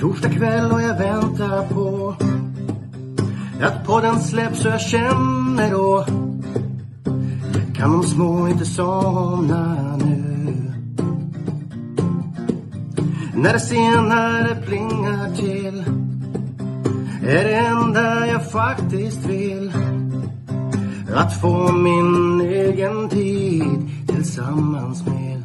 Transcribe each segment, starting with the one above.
Torsdag kväll och jag väntar på att podden släpps och jag känner då kan de små inte somna nu. När det senare plingar till är det enda jag faktiskt vill att få min egen tid tillsammans med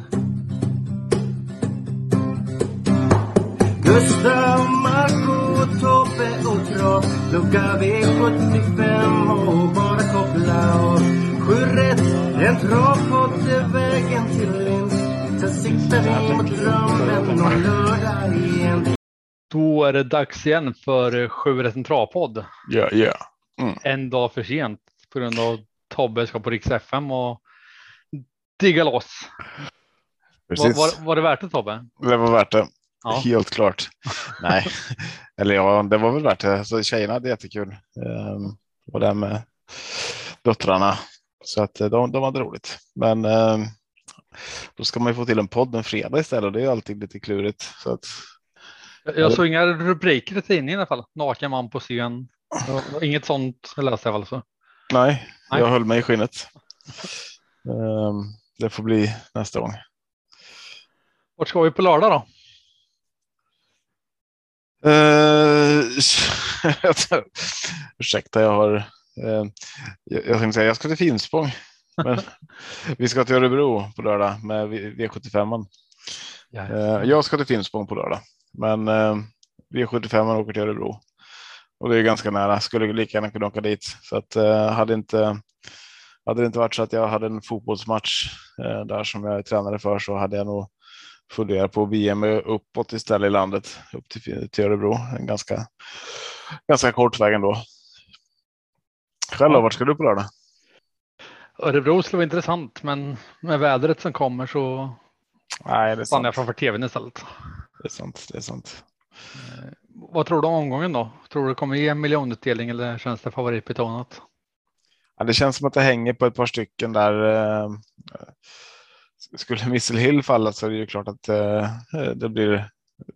Gustav, Marco, Tobbe och Trav. Lucka V75 och bara koppla av. 7 rätt, en travpodd är vägen till vinst. Sen siktar vi mot drömmen och lördag igen. Då är det dags igen för 7 rätt en travpodd. Ja. En dag för sent på grund av Tobbe ska på Riks FM och digga loss. Var det värt det, Tobbe? Det var värt det. Ja. Helt klart. Nej, eller ja, det var väl värt det. Så tjejerna hade jättekul. Och det med döttrarna. Så att de hade roligt. Men då ska man ju få till en podd en fredag istället. Det är alltid lite klurigt. Så att, jag såg inga rubriker i tidningen i alla fall. Naken man på scen. Inget sånt läste jag alltså. Nej, jag höll mig i skinnet. Det får bli nästa gång. Vart ska vi på lördag då? Ursäkta, jag tänkte säga jag ska till Finspång, men vi ska till Örebro på lördag med V75. Jag ska till Finspång på lördag, men V75 åker till Örebro och det är ganska nära. Skulle lika gärna kunna åka dit, så att hade det inte varit så att jag hade en fotbollsmatch där som jag är tränare för, så hade jag nog fundera på VM uppåt istället i landet upp till Örebro. En ganska kort väg ändå. Själv, vart ska du på lördag? Örebro skulle vara intressant, men med vädret som kommer så stannar jag framför tvn istället. Det är sant. Vad tror du om omgången då? Tror du det kommer ge en miljonutdelning eller känns det favoritbetonat? Ja, det känns som att det hänger på ett par stycken där. Skulle Missile Hill falla så är det ju klart att det blir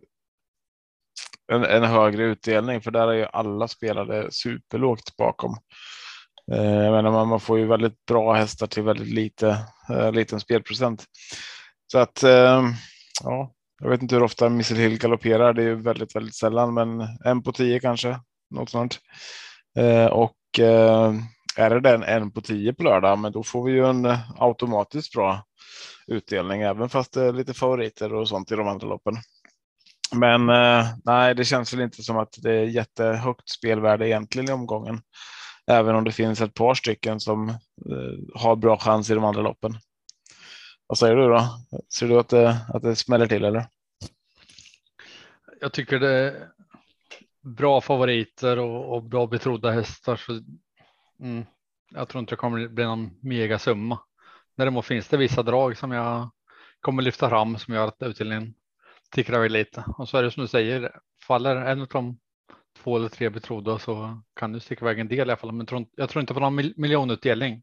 en högre utdelning, för där är ju alla spelare superlågt bakom. Jag menar, man får ju väldigt bra hästar till väldigt liten spelprocent. Så att ja, jag vet inte hur ofta Missile Hill galopperar. Det är ju väldigt, väldigt sällan, men 1 på 10 kanske, något sånt. Och är det den 1 på 10 på lördag, men då får vi ju en automatiskt bra utdelning, även fast det är lite favoriter och sånt i de andra loppen. Men nej, det känns väl inte som att det är jättehögt spelvärde egentligen i omgången, även om det finns ett par stycken som har bra chans i de andra loppen. Vad säger du då? Ser du att det smäller till, eller? Jag tycker det är bra favoriter och bra betrodda hästar, så jag tror inte det kommer bli någon megasumma. Däremot finns det vissa drag som jag kommer lyfta fram som gör att utdelningen tickar över lite. Och så är det som du säger, faller en av de 2 eller 3 betrodda så kan du sticka iväg en del i alla fall. Men jag tror inte på någon miljonutdelning.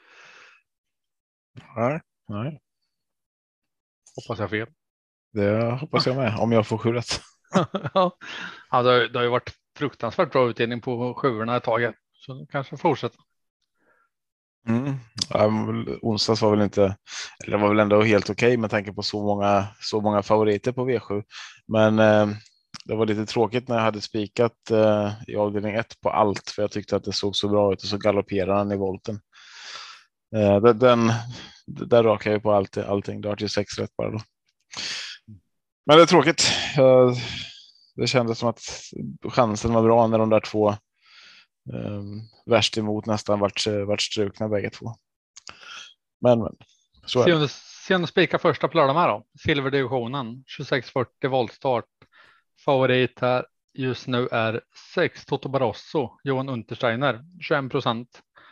Nej. Hoppas jag fel. Det hoppas jag med, om jag får 7 rätt. Ja, det har ju varit fruktansvärt bra utdelning på 7:orna ett tag. Så kanske fortsätta. Onsdags var väl inte, eller var väl ändå helt okej med tanke på så många favoriter på V7, men det var lite tråkigt när jag hade spikat i avdelning 1 på allt, för jag tyckte att det såg så bra ut och så galopperade han i volten. Där rakar jag på allting. Det var ju 6 rätt bara då. Men det är tråkigt. Det kändes som att chansen var bra när de där 2 värst emot nästan vart strukna bägge 2. Men så är det. Sen spika första på lördag med då. Silverdivisionen 2640 voltstart. Favorit här just nu är 6 Toto Barroso, Johan Untersteiner 21%.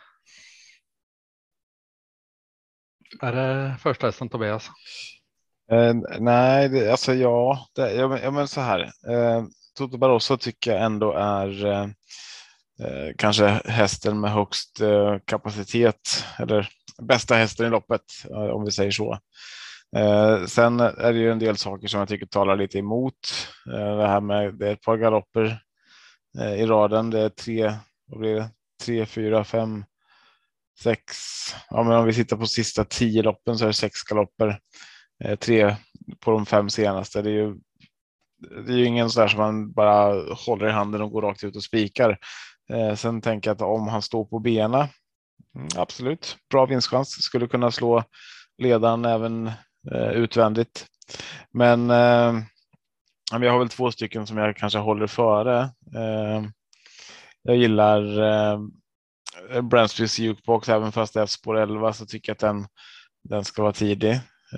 Är det första hästen, Tobias? Nej, men så här. Toto Barroso tycker jag ändå är kanske hästen med högst kapacitet, eller bästa hästen i loppet, om vi säger så. Sen är det ju en del saker som jag tycker talar lite emot. Det här med det är ett par galopper i raden. Det är 3, 4, 5, 6. Ja, men om vi tittar på sista 10 loppen så är det 6 galopper. 3 på de 5 senaste. Det är ju ingen så där som man bara håller i handen och går rakt ut och spikar. Sen tänker jag att om han står på bena, absolut, bra vinstchans. Skulle kunna slå ledaren även utvändigt. Men jag har väl 2 stycken som jag kanske håller före. Jag gillar Bransbys Jukebox, även fast det är spår 11 så tycker jag att den ska vara tidig.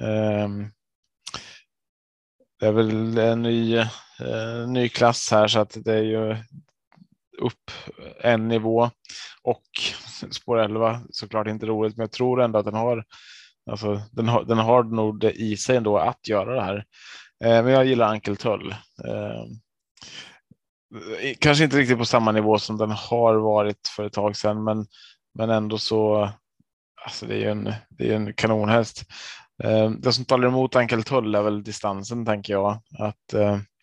Det är väl en ny klass här så att det är ju upp en nivå och spår 11 såklart inte roligt, men jag tror ändå att den har nog det i sig ändå att göra det här. Men jag gillar Ankel Tull. Kanske inte riktigt på samma nivå som den har varit för ett tag sedan, men ändå så alltså det är en kanonhäst. Det som talar emot Ankel Tull är väl distansen, tänker jag, att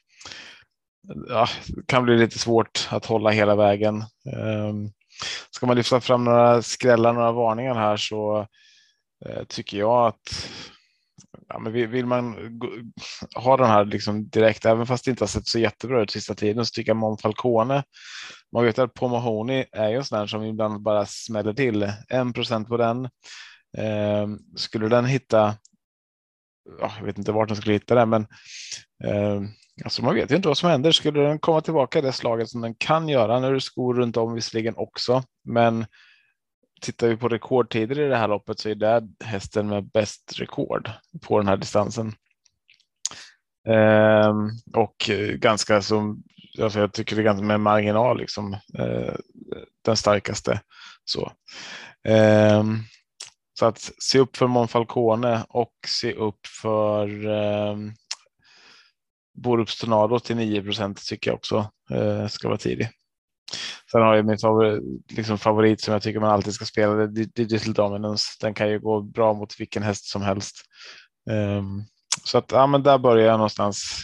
kan bli lite svårt att hålla hela vägen. Ska man lyfta fram några skrällar, några varningar här, så tycker jag att men vill man ha den här liksom direkt, även fast det inte har sett så jättebra ut sista tiden, så tycker jag Monfalcone, man vet att Pomahony är ju en sån där som ibland bara smäller till. 1% på den. Skulle den hitta, jag vet inte vart den skulle hitta det, men alltså man vet ju inte vad som händer. Skulle den komma tillbaka i det slaget som den kan göra, när du skor runt om visserligen också, men tittar vi på rekordtider i det här loppet så är det hästen med bäst rekord på den här distansen. Och ganska som, alltså jag tycker det är ganska med marginal liksom, den starkaste. Så att se upp för Monfalcone och se upp för Borups Tornado till 9% tycker jag också ska vara tidig. Sen har jag min favorit som jag tycker man alltid ska spela, det Digital Dominance. Den kan ju gå bra mot vilken häst som helst. Så att men där börjar jag någonstans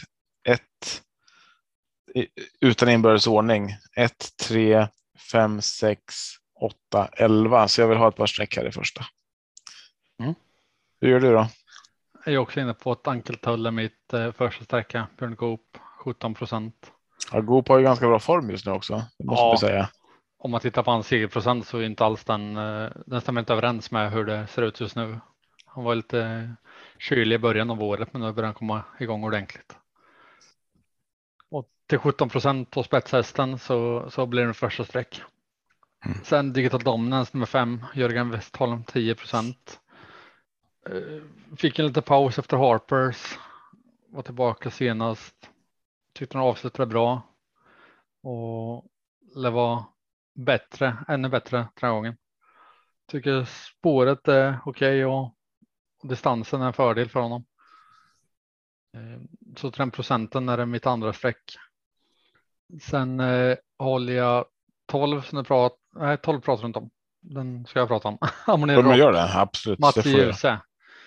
utan inbördesordning. 1, 3, 5, 6, 8, 11. Så jag vill ha ett par streck här i första. Hur gör du då? Jag är också inne på att Ankel Tull är mitt första sträcka. Björn Goop 17%. Ja, Goop har ju ganska bra form just nu också, det måste man säga. Om man tittar på hans segerprocent så är inte alls den stämmer inte överens med hur det ser ut just nu. Han var lite kylig i början av året, men nu börjar han komma igång ordentligt. Och till 17% på spetshästen så blir det en första streck. Sen Digital Dominance nummer 5, Jörgen Westholm 10%. Fick en lite paus efter Harpers. Var tillbaka senast. Tyckte han avslutade bra. Och det var ännu bättre den här gången. Tycker spåret är okej och distansen är en fördel för honom. Så 3% är det mitt andra streck. Sen håller jag 12 som 12 pratar runt om. Den ska jag prata om. De gör det, absolut. Mats Ljuse.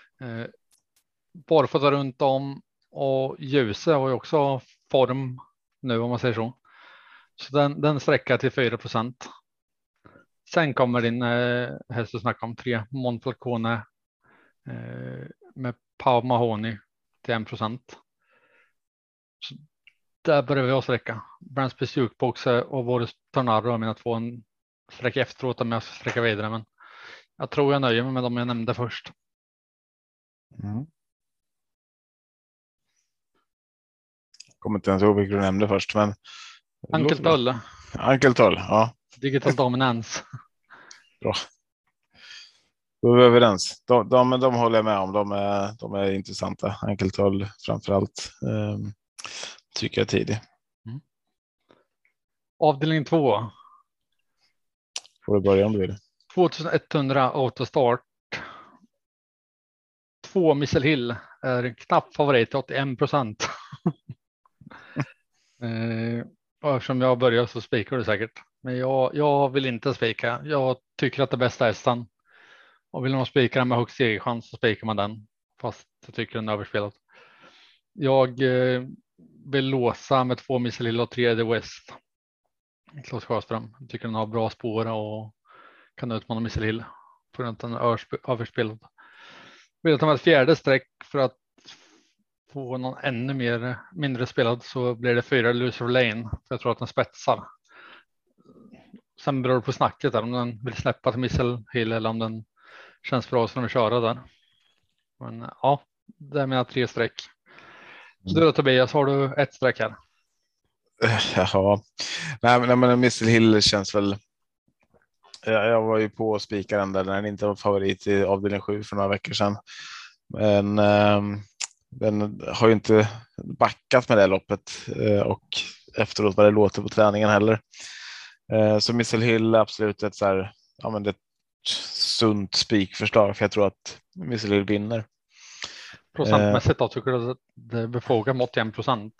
Barfota runt om, och Ljuse har ju också form nu om man säger så. Så den sträcker till 4%. Sen kommer din häst att snacka om 3, Monfalcone med Pau Mahoney till 1%. Så där börjar vi sträcka. Bransbys Jukebox och Borups Tornado är mina 2 sträcka efteråt om jag ska sträcka vidare, men jag tror jag nöjer mig med dem jag nämnde först. Kommer inte ens ihåg vilka du nämnde först, men Ankel Tull, ja. Digital Dominance. Bra. Då är vi överens. De håller jag med om. De är intressanta. Ankel Tull framförallt tycker jag tidig. Avdelning 2. Får du börja om du vill. 2100 autostart. 2 Missile Hill är en knapp favorit, 81%. Och eftersom jag börjar så spikar du säkert. Men jag vill inte spika. Jag tycker att det bästa är hästen. Och vill man spika den med högst segerchans så spikar man den. fast jag tycker den är överspelad. Jag vill låsa med 2 Missile Hill och 3 The West. Claes Sjöström. Jag tycker den har bra spår och kan utmana Missile Hill på grund av att den är överspelad. Vill jag ta med ett fjärde streck för att få någon ännu mindre spelad så blir det 4 Lucifer Lane. För jag tror att den spetsar. Sen beror det på snacket där om den vill släppa till Missile Hill eller om den känns bra så de vill köra där. Men ja, det är mina 3 streck. Så du då Tobias, har du ett streck här? Ja, nej men Missile Hill känns väl. Jag var ju på spikaren där när den inte var favorit i avdelning 7 för några veckor sedan. Men den har ju inte backat med det loppet och efteråt vad det låter på träningen heller. Så Missile Hill är absolut ett så här, ja men det sunt spikförslag för jag tror att Missile Hill vinner. Procentmässigt då tycker du att det är befogat mot 1%?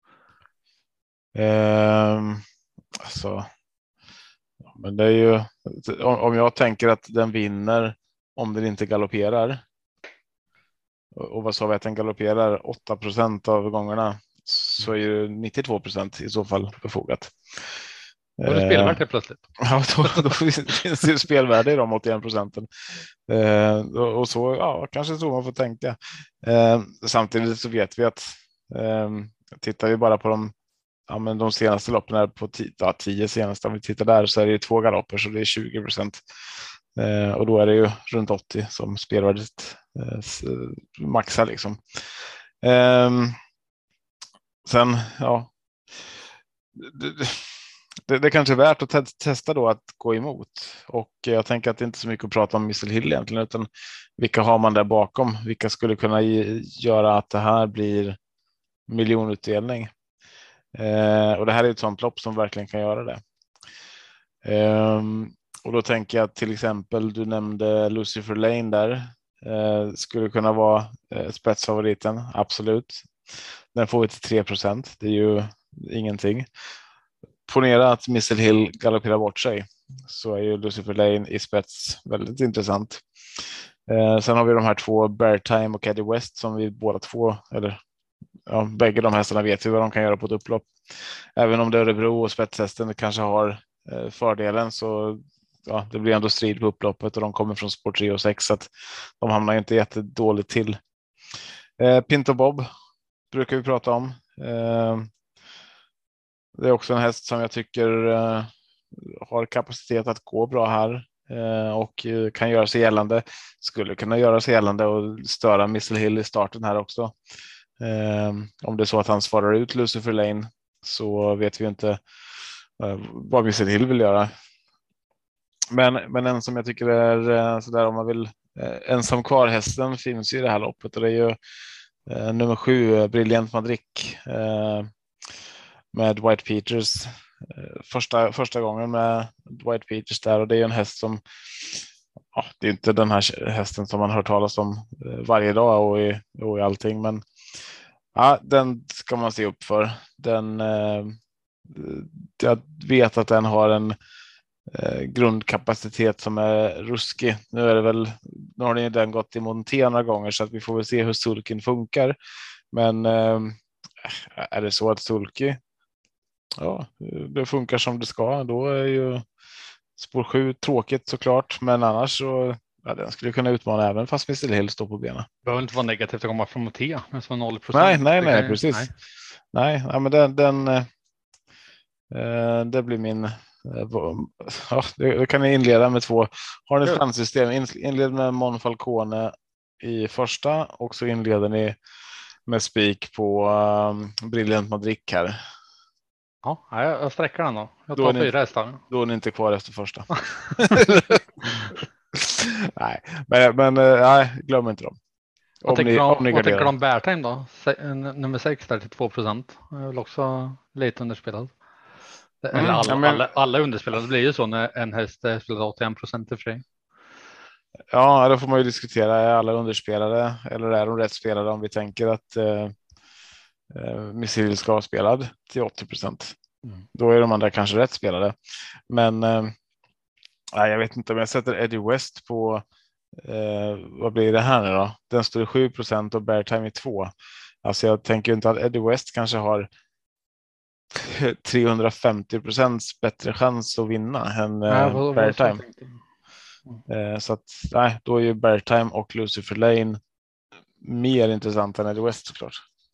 Alltså, men det är ju om jag tänker att den vinner om den inte galopperar. Och vad sa vi att den galopperar 8% av gångerna så är ju 92% i så fall befogat. Då är det spelvärde plötsligt. Ja, då finns det spelvärde i de 81%. Och så, ja, kanske så man får tänka. Samtidigt så vet vi att tittar vi bara på de senaste loppen här på 10 senaste, om vi tittar där så är det 2 galopper så det är 20%. Och då är det ju runt 80 som spelvärdet maxar liksom. Sen, ja. Det kanske är värt att testa då att gå emot. Och jag tänker att det inte är så mycket att prata om Missile Hill egentligen, utan vilka har man där bakom? Vilka skulle kunna göra att det här blir miljonutdelning? Och det här är ett sånt lopp som verkligen kan göra det. Och då tänker jag till exempel, du nämnde Lucifer Lane där. Skulle kunna vara spetsfavoriten, absolut. Den får vi till 3%, det är ju ingenting. Ponera att Missile Hill galopperar bort sig så är ju Lucifer Lane i spets väldigt intressant. Sen har vi de här 2 Bear Time och Eddie West som vi båda två, eller ja, bägge de hästarna vet vi vad de kan göra på ett upplopp. Även om det är Örebro och spetshästen kanske har fördelen så ja, det blir ändå strid på upploppet och de kommer från sport 3 och 6 så att de hamnar inte jättedåligt till. Pinto Bob brukar vi prata om. Det är också en häst som jag tycker har kapacitet att gå bra här och kan göra sig gällande. Skulle kunna göra sig gällande och störa Missile Hill i starten här också. Om det är så att han svarar ut Lucifer Lane så vet vi inte vad Missile Hill vill göra. Men en som jag tycker är sådär om man vill ensam kvar hästen finns ju i det här loppet och det är ju nummer 7 Brilliant Madrid med White Peters. Första gången med White Peters där och det är en häst som ja, det är inte den här hästen som man hör talas om varje dag och i allting men ja, den ska man se upp för. Den jag vet att den har en grundkapacitet som är ruskig. Nu har den gått i monté några gånger så att vi får väl se hur sulken funkar. Men är det så att sulky ja, det funkar som det ska, då är ju spår 7 tråkigt såklart, men annars så ja, den skulle kunna utmana även fast Missile Hill står på benen. Det behöver inte vara negativt att komma från monté men så 0%. Nej, precis. Nej, men det blir min ja, det kan ni inleda med 2. Har ni ett chanssystem, inled med Mon Falcone i första och så inleder ni med spik på Brilliant Madrid här. Ja, jag sträcker den då. Jag tar 4 hästar. Då är ni inte kvar efter första. Nej, men nej, glöm inte dem. Vad tänker du om Bear Time då? Nummer 6 där till 2%. Jag är väl också lite underspelad. Eller alla underspelade blir ju så när en häst spelar 81% i fri. Ja, då får man ju diskutera. Är alla underspelade eller är de rätt spelade om vi tänker att Missile Hill ska vara spelad till 80%. Då är de andra kanske rätt spelade. Men jag vet inte om jag sätter Eddie West på Vad blir det här nu då? Den står i 7% och bear time i 2. Alltså jag tänker inte att Eddie West kanske har 350% bättre chans att vinna än bear time. Så att nej, då är ju bear time och Lucifer Lane mer intressant än Eddie West såklart.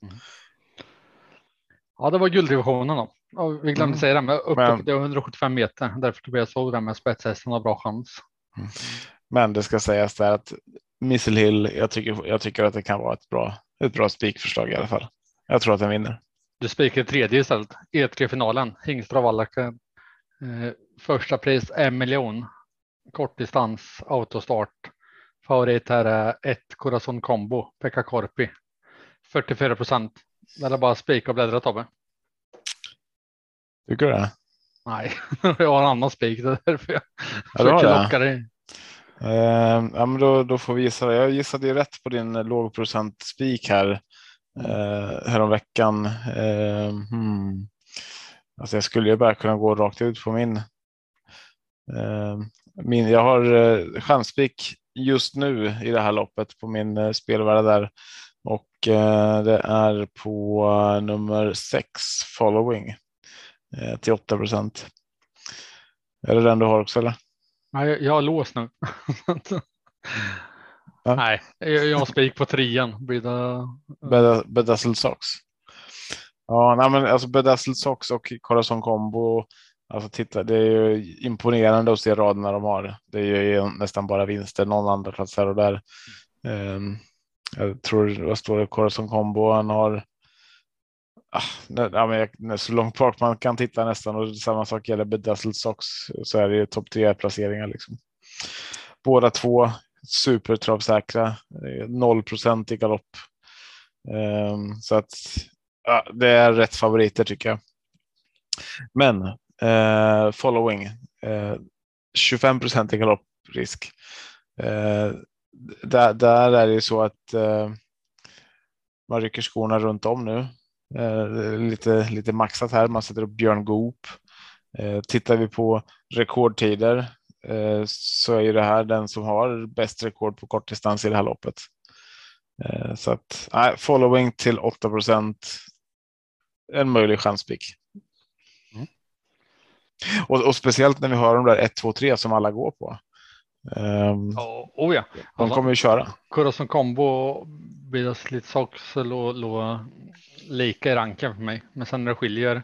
Ja, det var gulddivisionen då. Och vi glömde säga det med uppåt 175 meter. Därför tog jag såg det med spetshästen har bra chans. Men det ska sägas där att Missile Hill, jag tycker att det kan vara ett bra spikförslag i alla fall. Jag tror att den vinner. Du spikar tredje istället. E3-finalen. Hingstra Vallack. Första pris 1 miljon. Kortdistans, autostart. Favorit här är 1 Corazon Combo, Pekka Korpi. 44%. Det är bara spika och bläddra, Tobbe. Tycker du det? Nej, jag har en annan spik. Det är därför jag försöker locka dig. Ja, men då får vi gissa det. Jag gissade ju rätt på din lågprocent spik här häromveckan. Alltså jag skulle ju bara kunna gå rakt ut på min. Jag har chansspik just nu i det här loppet på min spelvärde där. Och det är på nummer 6 Following till 8%. Är det den du har också eller? Nej, jag har låst nu. Ja. Nej, jag har spik på 3. Bedazzled Socks. Ja, nej, men alltså Bedazzled Socks och Corazon Combo. Alltså titta, det är ju imponerande att se raderna de har. Det är ju nästan bara vinster, någon andra plats här och där. Jag tror, vad står det, Corazon Combo, han har så långt bak man kan titta nästan, och samma sak gäller Bedazzled Socks, så är det ju topp 3 placeringar liksom. Båda två supertravsäkra, 0% i galopp. Så att det är rätt favoriter tycker jag. Men Following 25% i galopprisk. Där är det så att man rycker skorna runt om nu. Lite maxat här. Man sätter upp Björn Goop. Tittar vi på rekordtider så är ju det här den som har bäst rekord på kortdistans i det här loppet. Så att Following till 8%. En möjlig chanspik. Och speciellt när vi har de där 1, 2, 3 som alla går på. Ja. De kommer ju köra. Corazon Combo blir lite Sox låg lika i ranken för mig. Men sen när det skiljer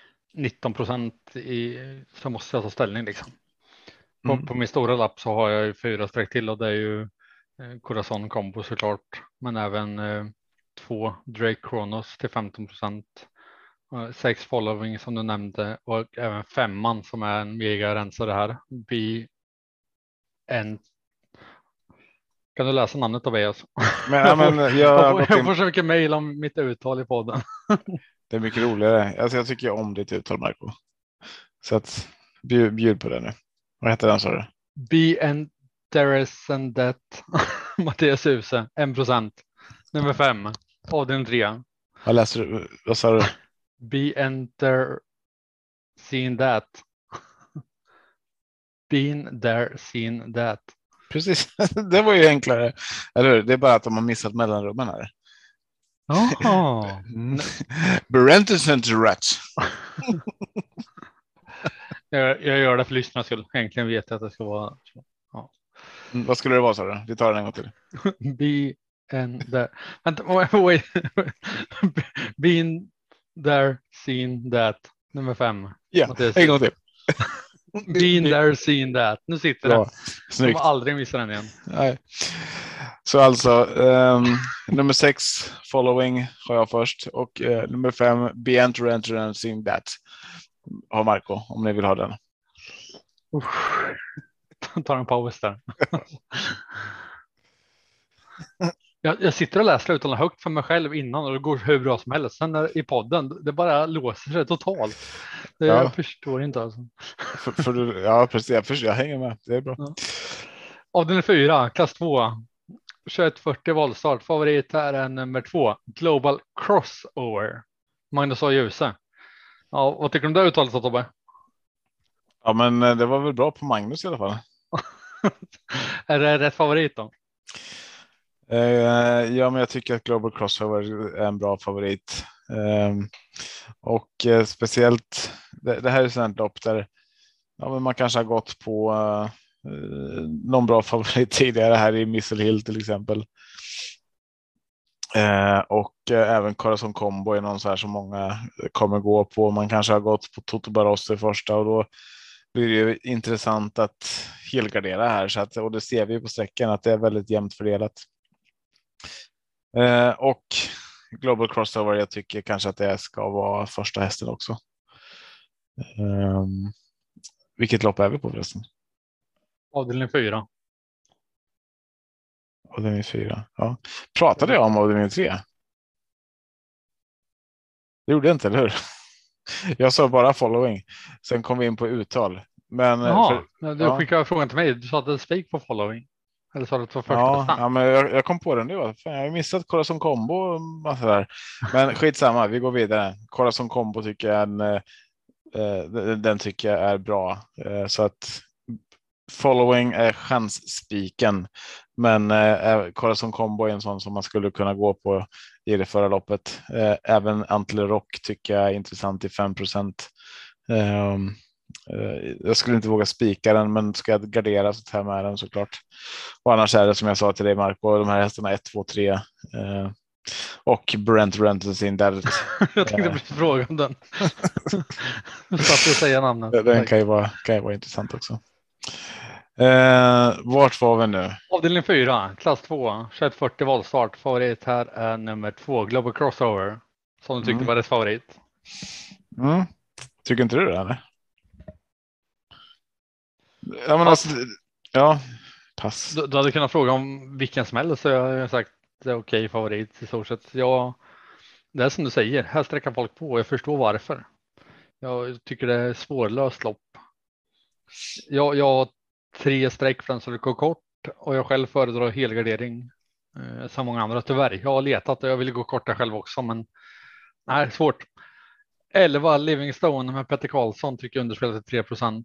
19% så måste jag ta ställning liksom. På min stora lapp så har jag ju 4 streck till och det är ju Corazon Combo såklart. Men även 2 Drake Kronos till 15%. 6 Following som du nämnde och även 5 som är en mega rensare här. Kan du läsa namnet av Eos? Jag försöker mejla om mitt uttal i podden. Det är mycket roligare. Alltså jag tycker om ditt uttal, Marco. Så att bjud på det nu. Vad heter den, sa du? BN Deresendet Mattias Huse 1%. Nummer 5 avdelning 3. Vad läser du? Vad sa du? Be enter seen that. Been there seen that. Precis, det var ju enklare. Eller hur? Det är bara att de har missat mellanrummen här. Jaha. Berentesen to Rats. Jag gör det för lyssnarnas skull. Egentligen vet jag att det ska vara. Ja. Vad skulle det vara, så då? Vi tar den en gång till. Be and there. Vänta, wait. Been there seen that. Nummer 5. Ja, en gång till. Been there seen that. Nu sitter det. Snyggt. De aldrig missar den igen. Nej. Så alltså nummer 6 Following har jag först och nummer 5 Be enter and seen that har Marco, om ni vill ha den. Tar en paus där. Jag sitter och läser utan högt för mig själv innan och det går hur bra som helst. Sen i podden, det bara låser sig totalt. Jag förstår inte alltså. Ja, precis. Jag hänger med. Det är bra. Ja. Avdelning 4, klass 2. 2140 voltstart. Favorit här är nummer 2. Global Crossover. Magnus A. Djuse. Ja, vad tycker du om det uttalet, Tobbe? Ja, men det var väl bra på Magnus i alla fall. Är det rätt favorit då? Ja, men jag tycker att Global Crossover är en bra favorit. Och speciellt, det här är sånt lopp där men man kanske har gått på någon bra favorit tidigare här i Missile Hill till exempel. Och även Corazon Combo är någon så här som många kommer gå på. Man kanske har gått på Toto Barroso i första och då blir det ju intressant att helgardera här. Så att, och det ser vi på sträckan att det är väldigt jämnt fördelat. Och Global Crossover, jag tycker kanske att det ska vara första hästen också. Vilket lopp är vi på förresten? Avdelning 4. Avdelning 4, ja. Pratade jag om avdelning 3? Det gjorde jag inte, eller hur? Jag sa bara following. Sen kom vi in på uttal. Men Jaha, du skickade frågan till mig. Du sa att det är spik på following. Eller sa du att det var första? Ja, men jag kom på den nu. Fan, jag har missat Corazon Combo och massa där. Men skitsamma, vi går vidare. Corazon Combo tycker jag den tycker jag är bra. Så att following är chansspiken. Men Corazon Combo är en sån som man skulle kunna gå på i det förra loppet. Även Antler Rock tycker jag är intressant i 5%. Jag skulle inte våga spika den, men ska jag gardera så tar jag med den såklart. Och annars är det som jag sa till dig, Marco, de här hästarna 1, 2, 3 och Brent Rentelsin där. Jag tänkte bli fråga om den. Så att jag säger namnet. Den kan ju vara intressant också. Vart var vi nu? Avdelning 4, klass 2, 2140 valstart. Favorit här är nummer 2, Global Crossover. Som du tyckte var rätt favorit. Tycker inte du det, eller? Ja, men alltså, ja, pass. Du hade kunnat fråga om vilken smäll, så jag har sagt det är okej favorit i stort sett. Det är som du säger, här sträcker folk på och jag förstår varför. Jag tycker det är svårlöst lopp. Jag har 3 streck för den så det går kort och jag själv föredrar helgardering som många andra tyvärr. Jag har letat och jag vill gå korta själv också, men nej, svårt. 11 Livingstone med Petter Karlsson tycker jag underspelat till 3%.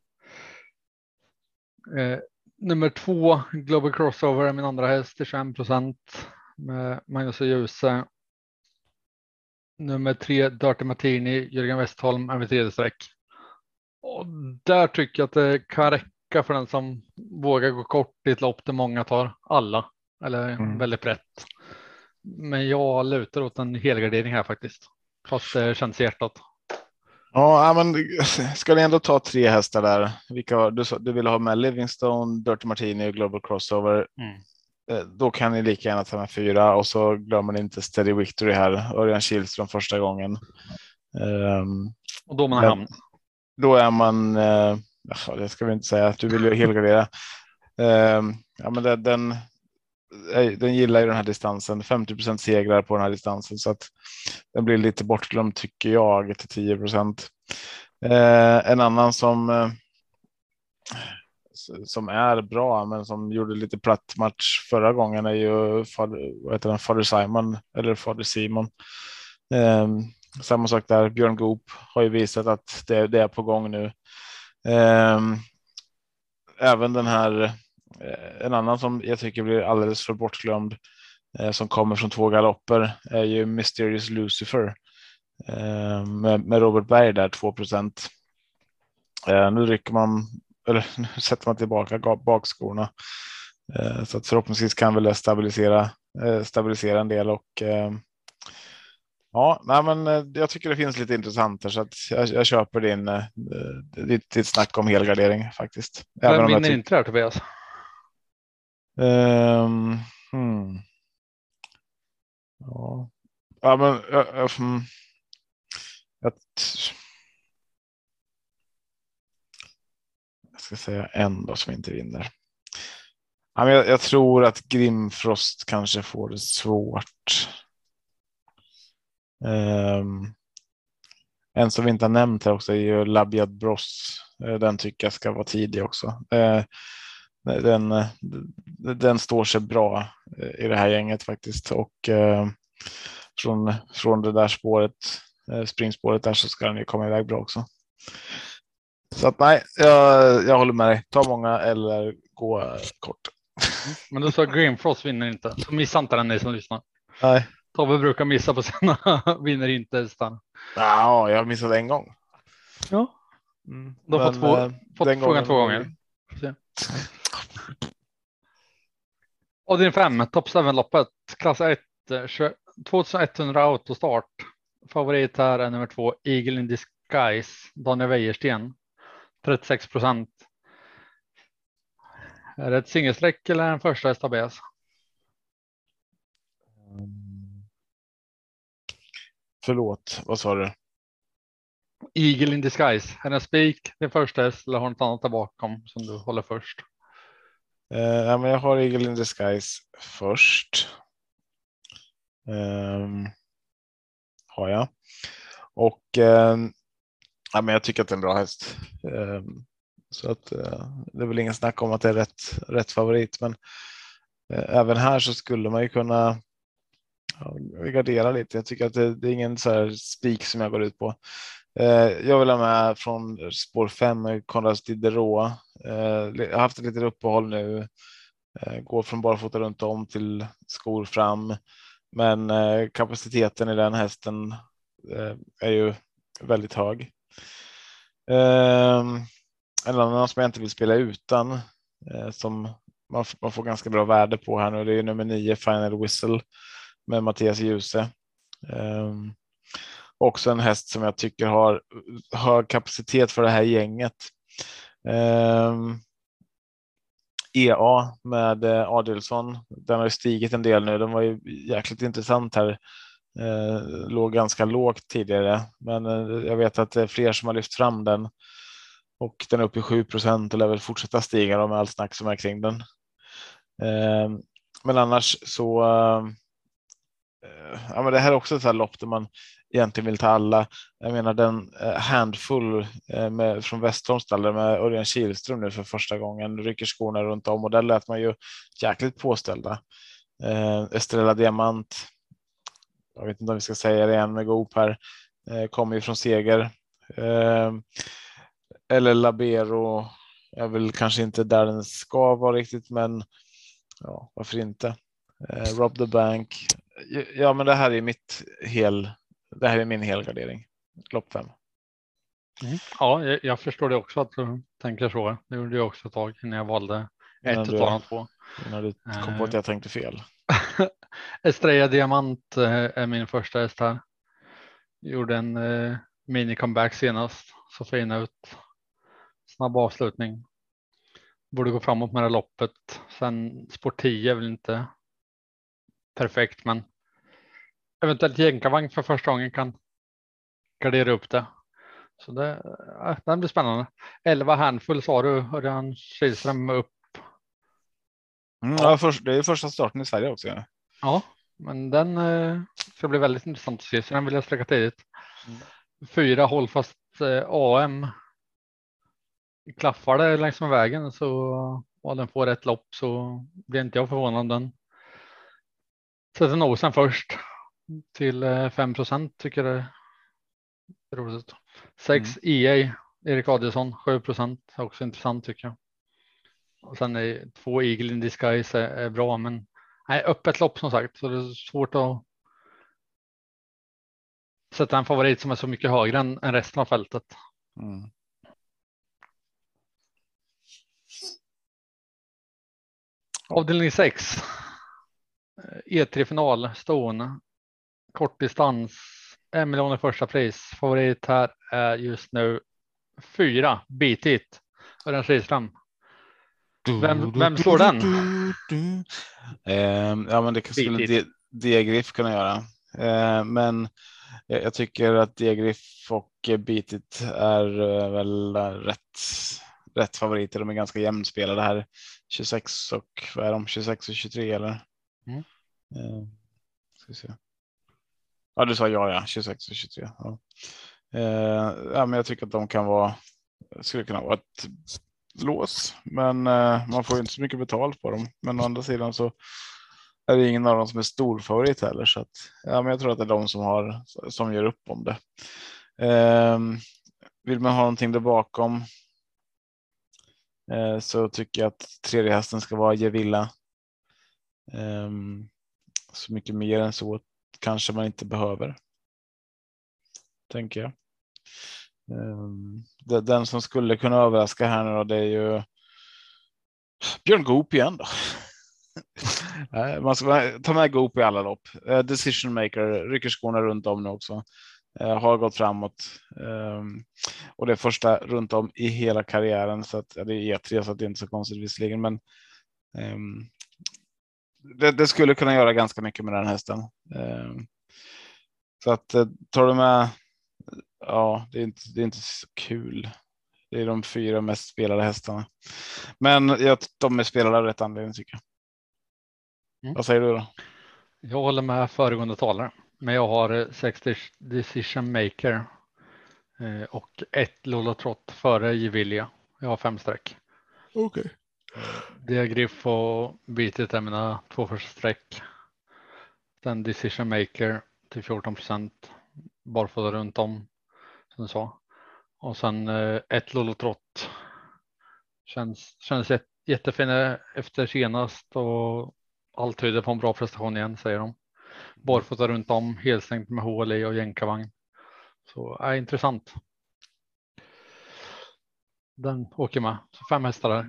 Nummer 2 Global Crossover är min andra häst till 21% med Magnus och Ljuse. Nummer 3 Dirty Martini, Jörgen Westholm är vid 3:e streck. Och där tycker jag att det kan räcka för den som vågar gå kort i ett lopp där många tar alla eller väldigt brett. Men jag lutar åt en helgardering här faktiskt. Fast det känns i hjärtat. Ja, men ska ni ändå ta 3 hästar där? Vilka du vill ha med Livingstone, Dirty Martini och Global Crossover. Då kan ni lika gärna ta med 4 och så glömmer ni inte Steady Victory här. Örjan Kihlström första gången. Och då man hamn. Då är man, det ska vi inte säga, du vill ju helgardera. Ja, men den gillar ju den här distansen, 50% segrar på den här distansen, så att den blir lite bortglömd tycker jag till 10%. En annan som är bra men som gjorde lite platt match förra gången är ju Fader Simon eller Fader Simon. Samma sak där, Björn Goop har ju visat att det är på gång nu. Även den här, en annan som jag tycker blir alldeles för bortglömd som kommer från 2 galopper är ju Mysterious Lucifer med Robert Berg där 2%. Nu rycker man, eller nu sätter man tillbaka bakskorna så att förhoppningsvis kan väl stabilisera en del och ja, nej, men jag tycker det finns lite intressant här, så att jag köper ditt snack om helgardering faktiskt. Vem vinner inte där, Tobias? Ja, men jag ska säga en då som inte vinner. Ja, men jag tror att Grimfrost kanske får det svårt. En som vi inte har nämnt här också är ju Labiad Bros. Den tycker jag ska vara tidig också. Den står sig bra i det här gänget faktiskt, och från det där spåret, springspåret där, så ska den ju komma iväg bra också. Så att nej, jag håller med dig. Ta månmånga eller gå kort. Men du sa Greenfrost vinner inte. Så missa inte den ni som lyssnar. Nej. Tobbe brukar missa på sina vinner inte hästar. Ja, jag har missat en gång. Ja. Du har fått frågan 2 gånger. Och din 5, Top 7-loppet, klass 1, 2100 autostart. Favorit här är nummer 2, Eagle in Disguise, Daniel Wäjersten, 36%. Är det ett singelsträck eller en första häst ABS? Förlåt, vad sa du? Eagle in Disguise, är det en spik, din första häst eller har något annat där bakom som du håller först? Ja, men jag har Eagle in Disguise först. Har jag. Och ja, men jag tycker att det är en bra häst. Så att det är väl ingen snack om att det är rätt favorit. Men även här så skulle man ju kunna gardera lite. Jag tycker att det är ingen så här spik som jag går ut på. Jag vill ha med från spår 5 Konrads Diderot. Jag har haft ett litet uppehåll nu. Går från barfota runt om till skor fram. Men kapaciteten i den hästen är ju väldigt hög. En annan som jag inte vill spela utan som man får ganska bra värde på här nu, det är nummer 9 Final Whistle med Mattias Djuse. Också en häst som jag tycker har hög kapacitet för det här gänget. EA med Adelsson, den har stigit en del nu, den var ju jäkligt intressant här. Låg ganska lågt tidigare, men jag vet att det är fler som har lyft fram den och den är uppe i 7% och lär väl fortsätta stiga med allt snack som är kring den. Men annars så ja, men det här är också ett så här lopp där man egentligen vill ta alla. Jag menar den handfull från Västerholmsstall med Örjan Kihlström nu för första gången rycker skorna runt om och där lät man ju jäkligt påställda. Estrella Diamant, jag vet inte om vi ska säga det igen med Goop här, kommer ju från seger. Eller Labero är väl kanske inte där den ska vara riktigt, men ja, varför inte? Rob the Bank. Ja, men det här är min helgardering. Lopp 5. Ja, jag förstår det också att du tänker så. Det gjorde jag också ett tag innan jag valde ett av de 2. Innan du kom på att jag tänkte fel. Estrella Diamant är min första häst här. Gjorde en mini comeback senast. Så fin ut. Snabb avslutning. Borde gå framåt med det loppet. Sen sport 10 är väl inte perfekt, men eventuellt jänkarvagn för första gången kan gardera upp det. Så den blir spännande. 11 handfull sa du, Örjan Kihlström upp. Ja, det är första starten i Sverige också. Ja, men den ska bli väldigt intressant att se, så den vill jag sträcka tidigt. 4 hållfast AM. Klaffar det längs med vägen så och den får ett lopp så blir inte jag förvånad om den sätter nosen först till 5%, tycker jag det är roligt. 6 EA Erik Adielsson 7% är också intressant tycker jag. Och sen är 2 Eagle in Disguise är bra, men nej, öppet lopp som sagt, så det är svårt att sätta en favorit som är så mycket högre än resten av fältet. Avdelning 6. E3-final, Stone. Kortdistans. 1 miljon i första pris. Favorit här är just nu 4. Beat It. Örjan Kihlström. Vem slår den? Ja, men det skulle Diagriff kunna göra. Men jag tycker att Diagriff och Beat It är väl rätt favoriter. De är ganska jämnspelade här. 26 och vad är de? 26 och 23 eller? Ska vi se. Ja, du sa ja, 26 och 23. Ja. Ja, men jag tycker att de skulle kunna vara ett lås, men man får ju inte så mycket betalt på dem. Men å andra sidan så är det ingen av dem som är stor favorit heller, så att ja, men jag tror att det är de som gör upp om det. Vill man ha någonting där bakom? så tycker jag att tredje hästen ska vara Gevilla. Så mycket mer än så kanske man inte behöver, tänker jag. Den som skulle kunna överraska här nu då, det är ju Björn Goop igen då. Man ska ta med Goop i alla lopp. Decision maker, rycker skorna runt om nu också. Har gått framåt. Och det är första runt om i hela karriären, så att det är E3, så att det är inte så konstigt visserligen, men det skulle kunna göra ganska mycket med den hästen. Så att tar du med, ja, det är inte så kul. Det är de 4 mest spelade hästarna. Men de är spelade av rätt anledning, tycker jag. Vad säger du då? Jag håller med föregående talare, men jag har 60 decision maker och 1 Lolotrott före Gevillia. Jag har 5 streck. Okej. Diagriff och Beatit är mina 2 första streck. Sen decision maker till 14%. Barfota runt om, som så. Och sen 1 Lolotrott. Känns jättefin efter senast, och allt tyder på en bra prestation igen, säger de. Barfota runt om, helstängt med hål i och jänkarvagn. Så är intressant. Den åker med. Så 5 hästar där.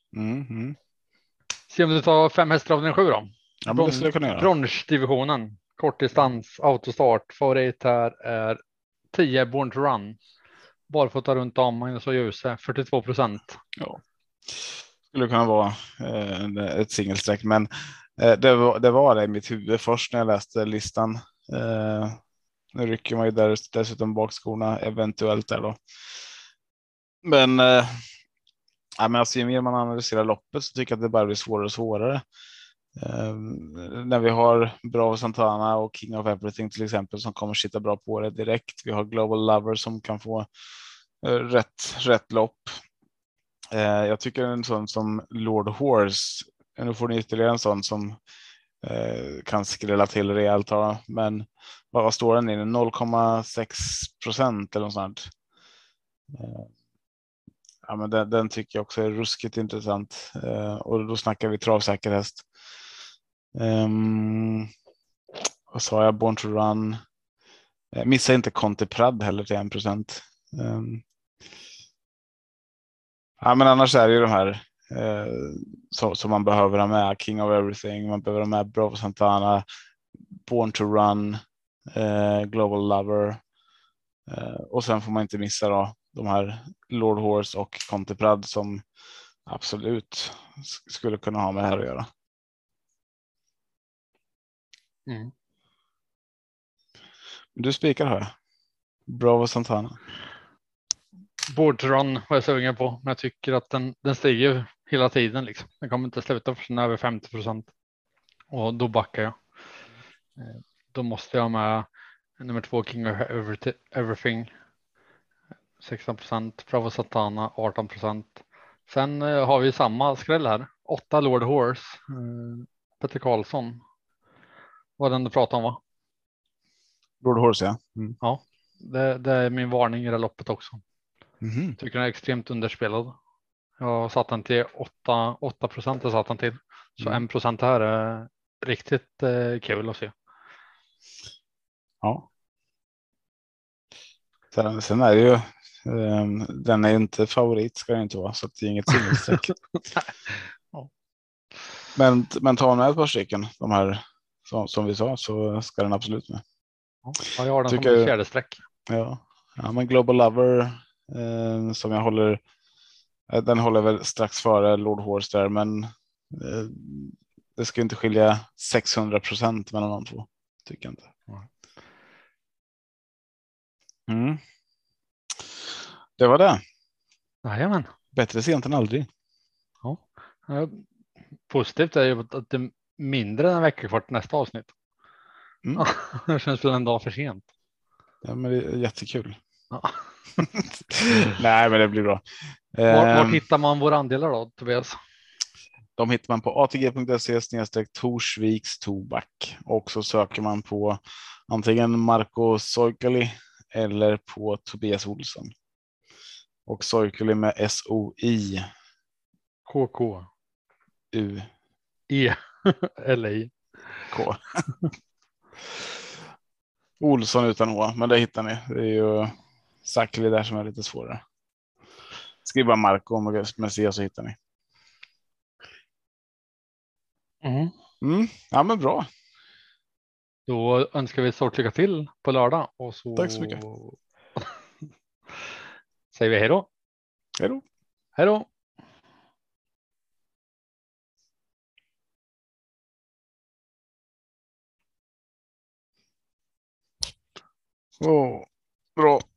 Se om du tar 5 hästar av den 7 då. Ja, men det skulle jag kunna göra. Bronsdivisionen. Kortdistans, autostart. Favorit här är 10 Born to Run. Barfota runt om, Magnus och Ljuse, 42%. Ja. Skulle kunna vara ett singelsträck, men det var det i mitt huvud först när jag läste listan. Nu rycker man ju dessutom bakskorna eventuellt där då. Men alltså, ju mer man analyserar loppet så tycker jag att det bara blir svårare och svårare. När vi har Bravo Santana och King of Everything till exempel, som kommer sitta bra på det direkt. Vi har Global Lover som kan få rätt lopp. Jag tycker en sån som Lord Horse, nu får ni ytterligare en sån som kan skrälla till rejält, men vad står den i? 0,6% eller något sånt. Ja, men den tycker jag också är ruskigt intressant, och då snackar vi travsäker häst. Vad sa jag? Born to Run. Missa inte Conte Prad heller till 1%. Ja, men annars är det ju de här som man behöver ha med. King of Everything, man behöver ha med Bravo Santana, Born to Run, Global Lover, och sen får man inte missa då de här Lord Horse och Conte Prad som absolut skulle kunna ha med här att göra. Du spikar här. Bravo Santana. Born to Run var jag sugen på, men jag tycker att den stiger hela tiden liksom. Den kommer inte sluta för sin över 50%. Och då backar jag. Då måste jag ha med nummer 2 King of Everything 16%, Bravo Santana 18%. Sen har vi samma skräll här. 8 Lord Horse, Petter Karlsson. Vad den du pratade om, va? Lord Horse, ja. Ja, det är min varning i det loppet också. Tycker den är extremt underspelad. Jag satt den till 8%. Jag satt den till. Så 1% här är riktigt kul att se. Ja. Sen är det ju den är ju inte favorit, ska det inte vara, så det är inget singelsträck. Ja. Men ta med ett par stycken, de här som vi sa, så ska den absolut med. Ja, jag har den som en fjärde sträck. Ja, men Global Lover som jag håller, den håller väl strax före Lord Horse där, men det ska inte skilja 600% mellan de två, tycker jag inte. Det var det. Jajamän. Bättre sent än aldrig. Ja. Positivt är ju att det är mindre än en vecka kvar till nästa avsnitt. Det känns väl en dag för sent. Ja, men det är jättekul. Ja. Nej, men det blir bra. Var hittar man våra andelar då, Tobias? De hittar man på atg.se/Torsviks tobak, och så söker man på antingen Marco Soikali eller på Tobias Olsson. Och Soikali med SOI KK. U. E. LA. K. Olsson utan H, men det hittar ni. Det är ju Sackli där som är lite svårare. Skriv bara Marco med C så hittar ni. Ja, men bra. Då önskar vi stort lycka till på lördag. Och så Tack så mycket. säger vi hej då. Hej då. Hej då. Bra.